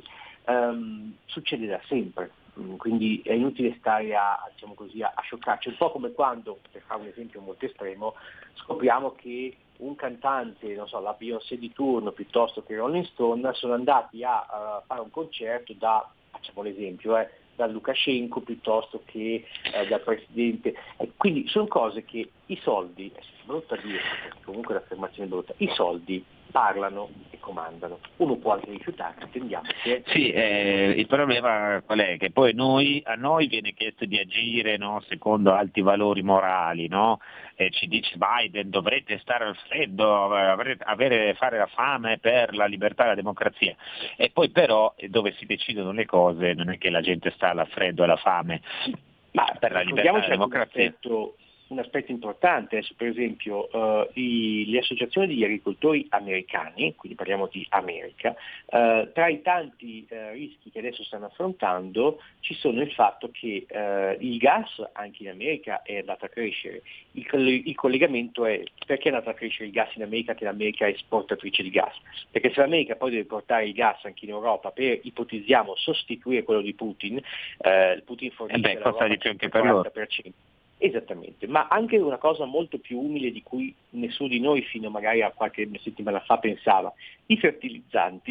S4: Succede da sempre, quindi è inutile stare a scioccarci, un po' come quando, per fare un esempio molto estremo, scopriamo che un cantante, non so, la Beyoncé di turno piuttosto che Rolling Stone, sono andati a fare un concerto facciamo l'esempio, da Lukashenko piuttosto che dal presidente. Quindi sono cose che i soldi, è brutto a dire, perché comunque l'affermazione è brutta, i soldi parlano e comandano. Uno può anche rifiutare, intendiamoci.
S3: Sì, il problema qual è? Che poi a noi viene chiesto di agire, no, secondo alti valori morali, no? Ci dice Biden dovrete stare al freddo, fare la fame per la libertà e la democrazia. E poi però dove si decidono le cose non è che la gente sta al freddo e alla fame, ma per la libertà e la democrazia.
S4: Un aspetto importante, per esempio le associazioni degli agricoltori americani, quindi parliamo di America, tra i tanti rischi che adesso stanno affrontando ci sono il fatto che il gas anche in America è andato a crescere. Il collegamento è: perché è andato a crescere il gas in America, che l'America è esportatrice di gas? Perché se l'America poi deve portare il gas anche in Europa per, ipotizziamo, sostituire quello di Putin, Putin fornisce
S3: costa di più anche per loro.
S4: 40%. Esattamente, ma anche una cosa molto più umile di cui nessuno di noi fino magari a qualche settimana fa pensava: i fertilizzanti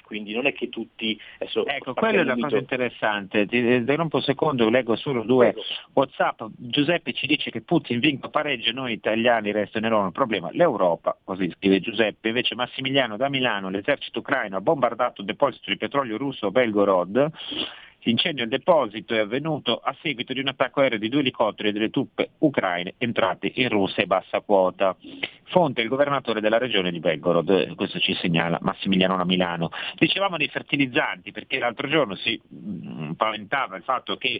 S4: quindi non è che tutti...
S3: Ecco, quella è una cosa interessante, ti interrompo un secondo, leggo solo due WhatsApp. Giuseppe ci dice che Putin vinca o pareggia, noi italiani resteranno il problema. L'Europa, così scrive Giuseppe, invece Massimiliano da Milano, l'esercito ucraino ha bombardato il deposito di petrolio russo a Belgorod. L'incendio al deposito è avvenuto a seguito di un attacco aereo di 2 elicotteri e delle truppe ucraine entrate in Russia e bassa quota. Fonte il governatore della regione di Belgorod, questo ci segnala Massimiliano da Milano. Dicevamo dei fertilizzanti, perché l'altro giorno si paventava il fatto che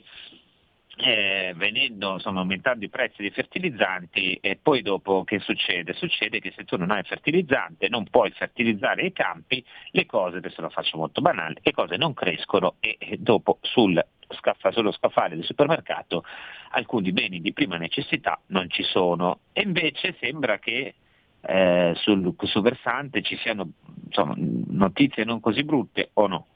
S3: aumentando i prezzi dei fertilizzanti, e poi dopo che succede? Succede che se tu non hai fertilizzante non puoi fertilizzare i campi, le cose, adesso lo faccio molto banale, le cose non crescono e dopo sullo scaffale del supermercato alcuni beni di prima necessità non ci sono, e invece sembra che sul versante ci siano notizie non così brutte, o no?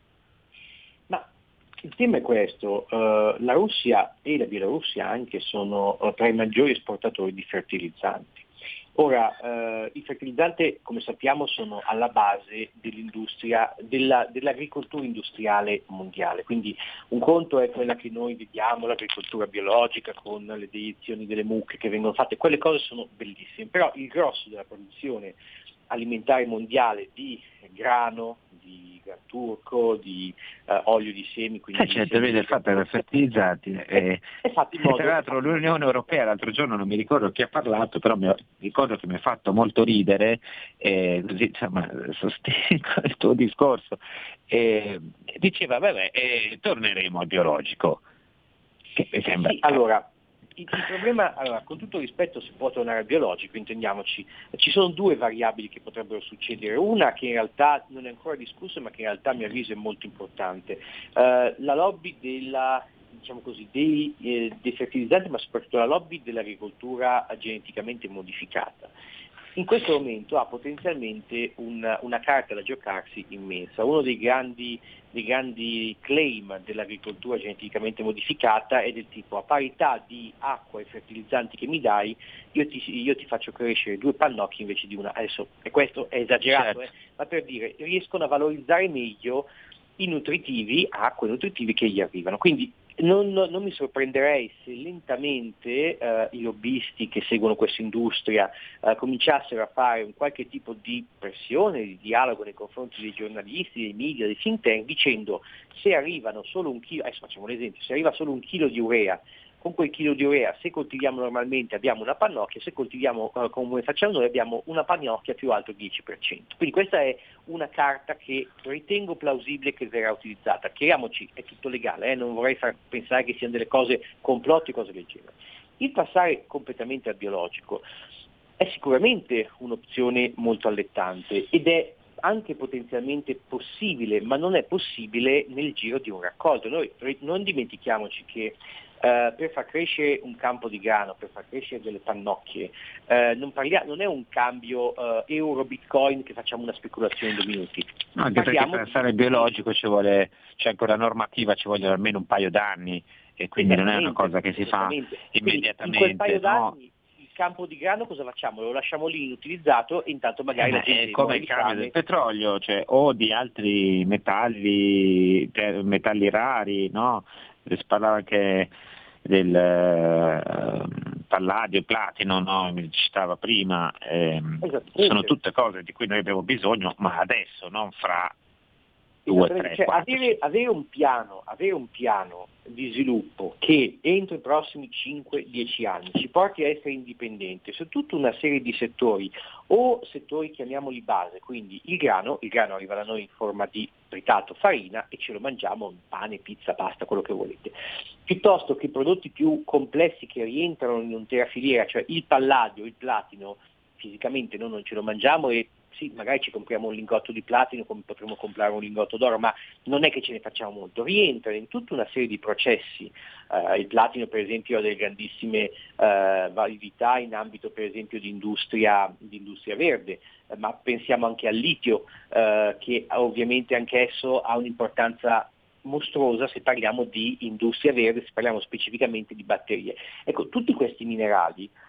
S4: Il tema è questo, la Russia e la Bielorussia anche sono tra i maggiori esportatori di fertilizzanti. Ora, i fertilizzanti, come sappiamo, sono alla base dell'industria, dell'agricoltura industriale mondiale, quindi un conto è quella che noi vediamo, l'agricoltura biologica con le deiezioni delle mucche che vengono fatte, quelle cose sono bellissime, però il grosso della produzione alimentare mondiale di grano, di gran turco, di olio di semi, quindi
S3: certo, vede il fatto che fertilizzati tra l'altro l'Unione Europea l'altro giorno, non mi ricordo chi ha parlato, però ricordo che mi ha fatto molto ridere, così sostengo il tuo discorso, diceva torneremo al biologico, che mi sembra...
S4: Sì, allora il problema, con tutto rispetto, si può tornare al biologico, intendiamoci, ci sono due variabili che potrebbero succedere, una che in realtà non è ancora discussa ma che in realtà a mio avviso è molto importante, la lobby dei fertilizzanti, ma soprattutto la lobby dell'agricoltura geneticamente modificata. In questo momento ha potenzialmente una carta da giocarsi immensa. Uno dei grandi claim dell'agricoltura geneticamente modificata è del tipo: a parità di acqua e fertilizzanti che mi dai, io ti faccio crescere 2 pannocchi invece di una. Adesso, e questo è esagerato,
S3: certo.
S4: Ma per dire, riescono a valorizzare meglio i nutritivi, acqua e nutritivi che gli arrivano. Quindi non mi sorprenderei se lentamente i lobbisti che seguono questa industria cominciassero a fare un qualche tipo di pressione, di dialogo nei confronti dei giornalisti, dei media, dei think tank, dicendo: se arrivano solo un chilo, adesso facciamo un esempio, se arriva solo 1 chilo di urea, con quel chilo di urea, se coltiviamo normalmente abbiamo una pannocchia, se coltiviamo come facciamo noi abbiamo una pannocchia più alto 10%. Quindi questa è una carta che ritengo plausibile che verrà utilizzata. Chiariamoci, è tutto legale, non vorrei far pensare che siano delle cose complotti, cose del genere. Il passare completamente al biologico è sicuramente un'opzione molto allettante ed è anche potenzialmente possibile, ma non è possibile nel giro di un raccolto. Noi non dimentichiamoci che per far crescere un campo di grano, per far crescere delle pannocchie, non è un cambio euro-bitcoin che facciamo una speculazione in 2 minuti.
S3: No, anche perché per fare biologico c'è ancora normativa, ci vogliono almeno un paio d'anni, e quindi non è una cosa che si fa immediatamente.
S4: Quindi, in quel paio d'anni il campo di grano cosa facciamo? Lo lasciamo lì inutilizzato e intanto magari la gente
S3: è come il cambio del petrolio, o di altri metalli rari, no? Si parlava anche del palladio, platino, no? Mi citava prima, sono tutte cose di cui noi abbiamo bisogno, ma adesso, non fra 2, 3, 4.
S4: Avere un piano di sviluppo che entro i prossimi 5-10 anni ci porti a essere indipendenti su tutta una serie di settori, o settori chiamiamoli base, quindi il grano arriva da noi in forma di tritato, farina, e ce lo mangiamo, pane, pizza, pasta, quello che volete, piuttosto che prodotti più complessi che rientrano in un'intera filiera, cioè il palladio, il platino, fisicamente noi non ce lo mangiamo e sì, magari ci compriamo un lingotto di platino come potremmo comprare un lingotto d'oro, ma non è che ce ne facciamo molto. Rientra in tutta una serie di processi. Il platino per esempio ha delle grandissime validità in ambito per esempio di industria verde, ma pensiamo anche al litio, che ovviamente anch'esso ha un'importanza mostruosa se parliamo di industria verde, se parliamo specificamente di batterie. Ecco, tutti questi minerali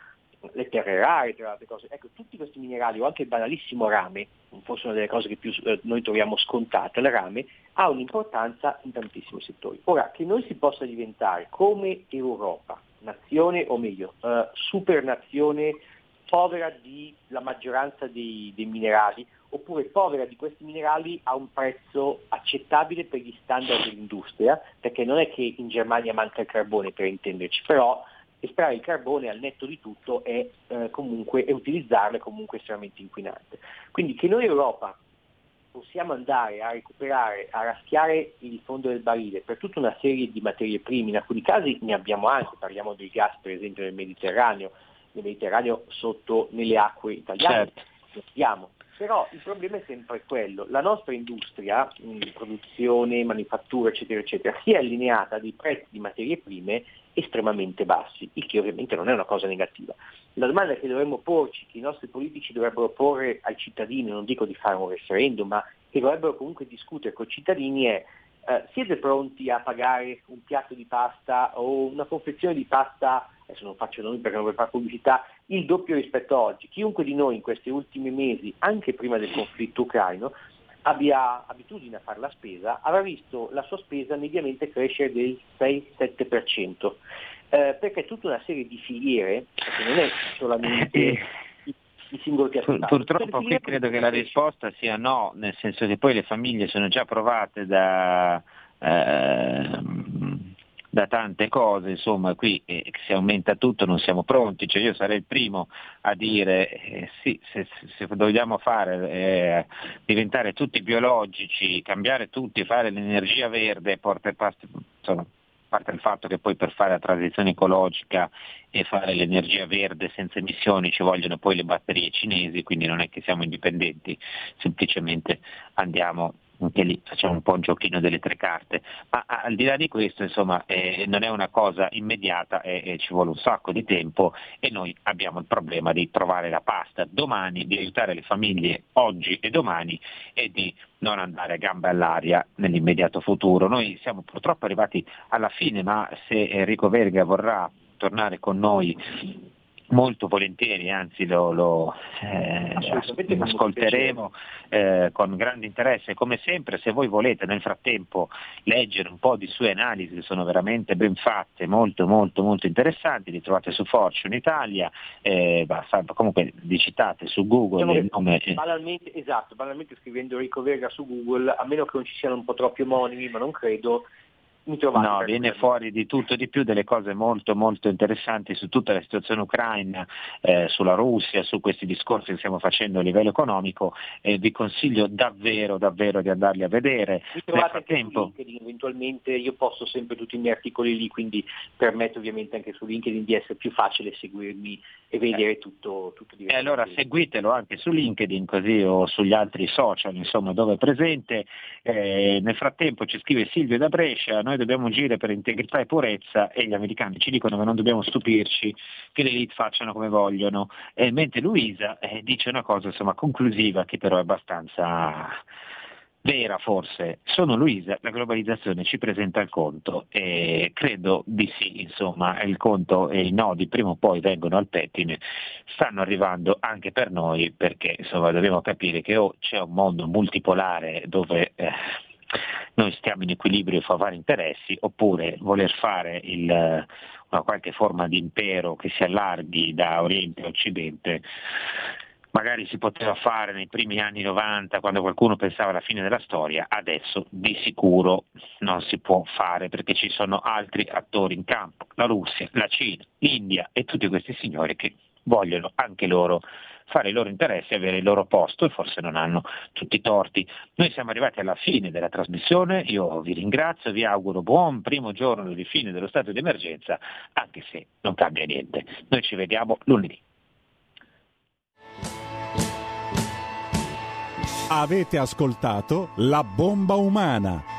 S4: le terre rare, tra le altre cose. Ecco, tutti questi minerali, o anche il banalissimo rame, forse una delle cose che più noi troviamo scontate, il rame ha un'importanza in tantissimi settori. Ora, che noi si possa diventare come Europa, nazione, o meglio, supernazione povera di la maggioranza dei minerali, oppure povera di questi minerali a un prezzo accettabile per gli standard dell'industria, perché non è che in Germania manca il carbone, per intenderci, però estrarre il carbone al netto di tutto è utilizzarlo è comunque estremamente inquinante. Quindi che noi Europa possiamo andare a recuperare, a raschiare il fondo del barile per tutta una serie di materie prime, in alcuni casi ne abbiamo anche, parliamo del gas per esempio nel Mediterraneo sotto nelle acque italiane,
S3: certo.
S4: Lo abbiamo. Però il problema è sempre quello, la nostra industria, produzione, manifattura, eccetera, eccetera, si è allineata a dei prezzi di materie prime estremamente bassi, il che ovviamente non è una cosa negativa. La domanda che dovremmo porci, che i nostri politici dovrebbero porre ai cittadini, non dico di fare un referendum, ma che dovrebbero comunque discutere con i cittadini è: siete pronti a pagare un piatto di pasta o una confezione di pasta, adesso non faccio nomi perché non voglio fare pubblicità, il doppio rispetto a oggi? Chiunque di noi in questi ultimi mesi, anche prima del conflitto ucraino, abbia abitudine a fare la spesa, avrà visto la sua spesa mediamente crescere del 6-7%, perché tutta una serie di filiere, perché non è solamente il singolo piatto di pasta.
S3: Purtroppo qui credo che la risposta sia no, nel senso che poi le famiglie sono già provate da tante cose, insomma qui se aumenta tutto non siamo pronti, cioè io sarei il primo a dire sì, se dobbiamo fare diventare tutti biologici, cambiare tutti, fare l'energia verde, insomma, a parte il fatto che poi per fare la transizione ecologica e fare l'energia verde senza emissioni ci vogliono poi le batterie cinesi, quindi non è che siamo indipendenti, semplicemente andiamo anche lì, facciamo un po' un giochino delle tre carte, ma al di là di questo insomma non è una cosa immediata e ci vuole un sacco di tempo, e noi abbiamo il problema di trovare la pasta domani, di aiutare le famiglie oggi e domani e di non andare a gambe all'aria nell'immediato futuro. Noi siamo purtroppo arrivati alla fine, ma se Enrico Verga vorrà tornare con noi molto volentieri, anzi lo ascolteremo con grande interesse. Come sempre, se voi volete nel frattempo leggere un po' di sue analisi, che sono veramente ben fatte, molto molto molto interessanti, li trovate su Fortune Italia, comunque digitate su Google il nome.
S4: Banalmente scrivendo Enrico Verga su Google, a meno che non ci siano un po' troppi omonimi, ma non credo,
S3: no, viene fuori di tutto di più, delle cose molto molto interessanti su tutta la situazione ucraina, sulla Russia, su questi discorsi che stiamo facendo a livello economico, vi consiglio davvero davvero di andarli a vedere.
S4: Mi trovate anche su LinkedIn, eventualmente io posto sempre tutti i miei articoli lì, quindi permetto ovviamente anche su LinkedIn di essere più facile seguirmi e vedere tutto
S3: e allora seguitelo anche su LinkedIn, così, o sugli altri social, insomma, dove è presente. Nel frattempo ci scrive Silvio da Brescia: noi dobbiamo agire per integrità e purezza, e gli americani ci dicono che non dobbiamo stupirci che le elite facciano come vogliono, mentre Luisa dice una cosa insomma conclusiva, che però è abbastanza vera forse. Sono Luisa, la globalizzazione ci presenta il conto, e credo di sì, insomma, il conto e i nodi prima o poi vengono al pettine, stanno arrivando anche per noi, perché insomma dobbiamo capire che o c'è un mondo multipolare dove noi stiamo in equilibrio e fa vari interessi, oppure voler fare una qualche forma di impero che si allarghi da Oriente a Occidente. Magari si poteva fare nei primi anni 90, quando qualcuno pensava alla fine della storia, adesso di sicuro non si può fare, perché ci sono altri attori in campo, la Russia, la Cina, l'India e tutti questi signori che vogliono anche loro fare i loro interessi, avere il loro posto, e forse non hanno tutti i torti. Noi siamo arrivati alla fine della trasmissione, io vi ringrazio, vi auguro buon primo giorno di fine dello stato di emergenza, anche se non cambia niente. Noi ci vediamo lunedì.
S1: Avete ascoltato La Bomba Umana,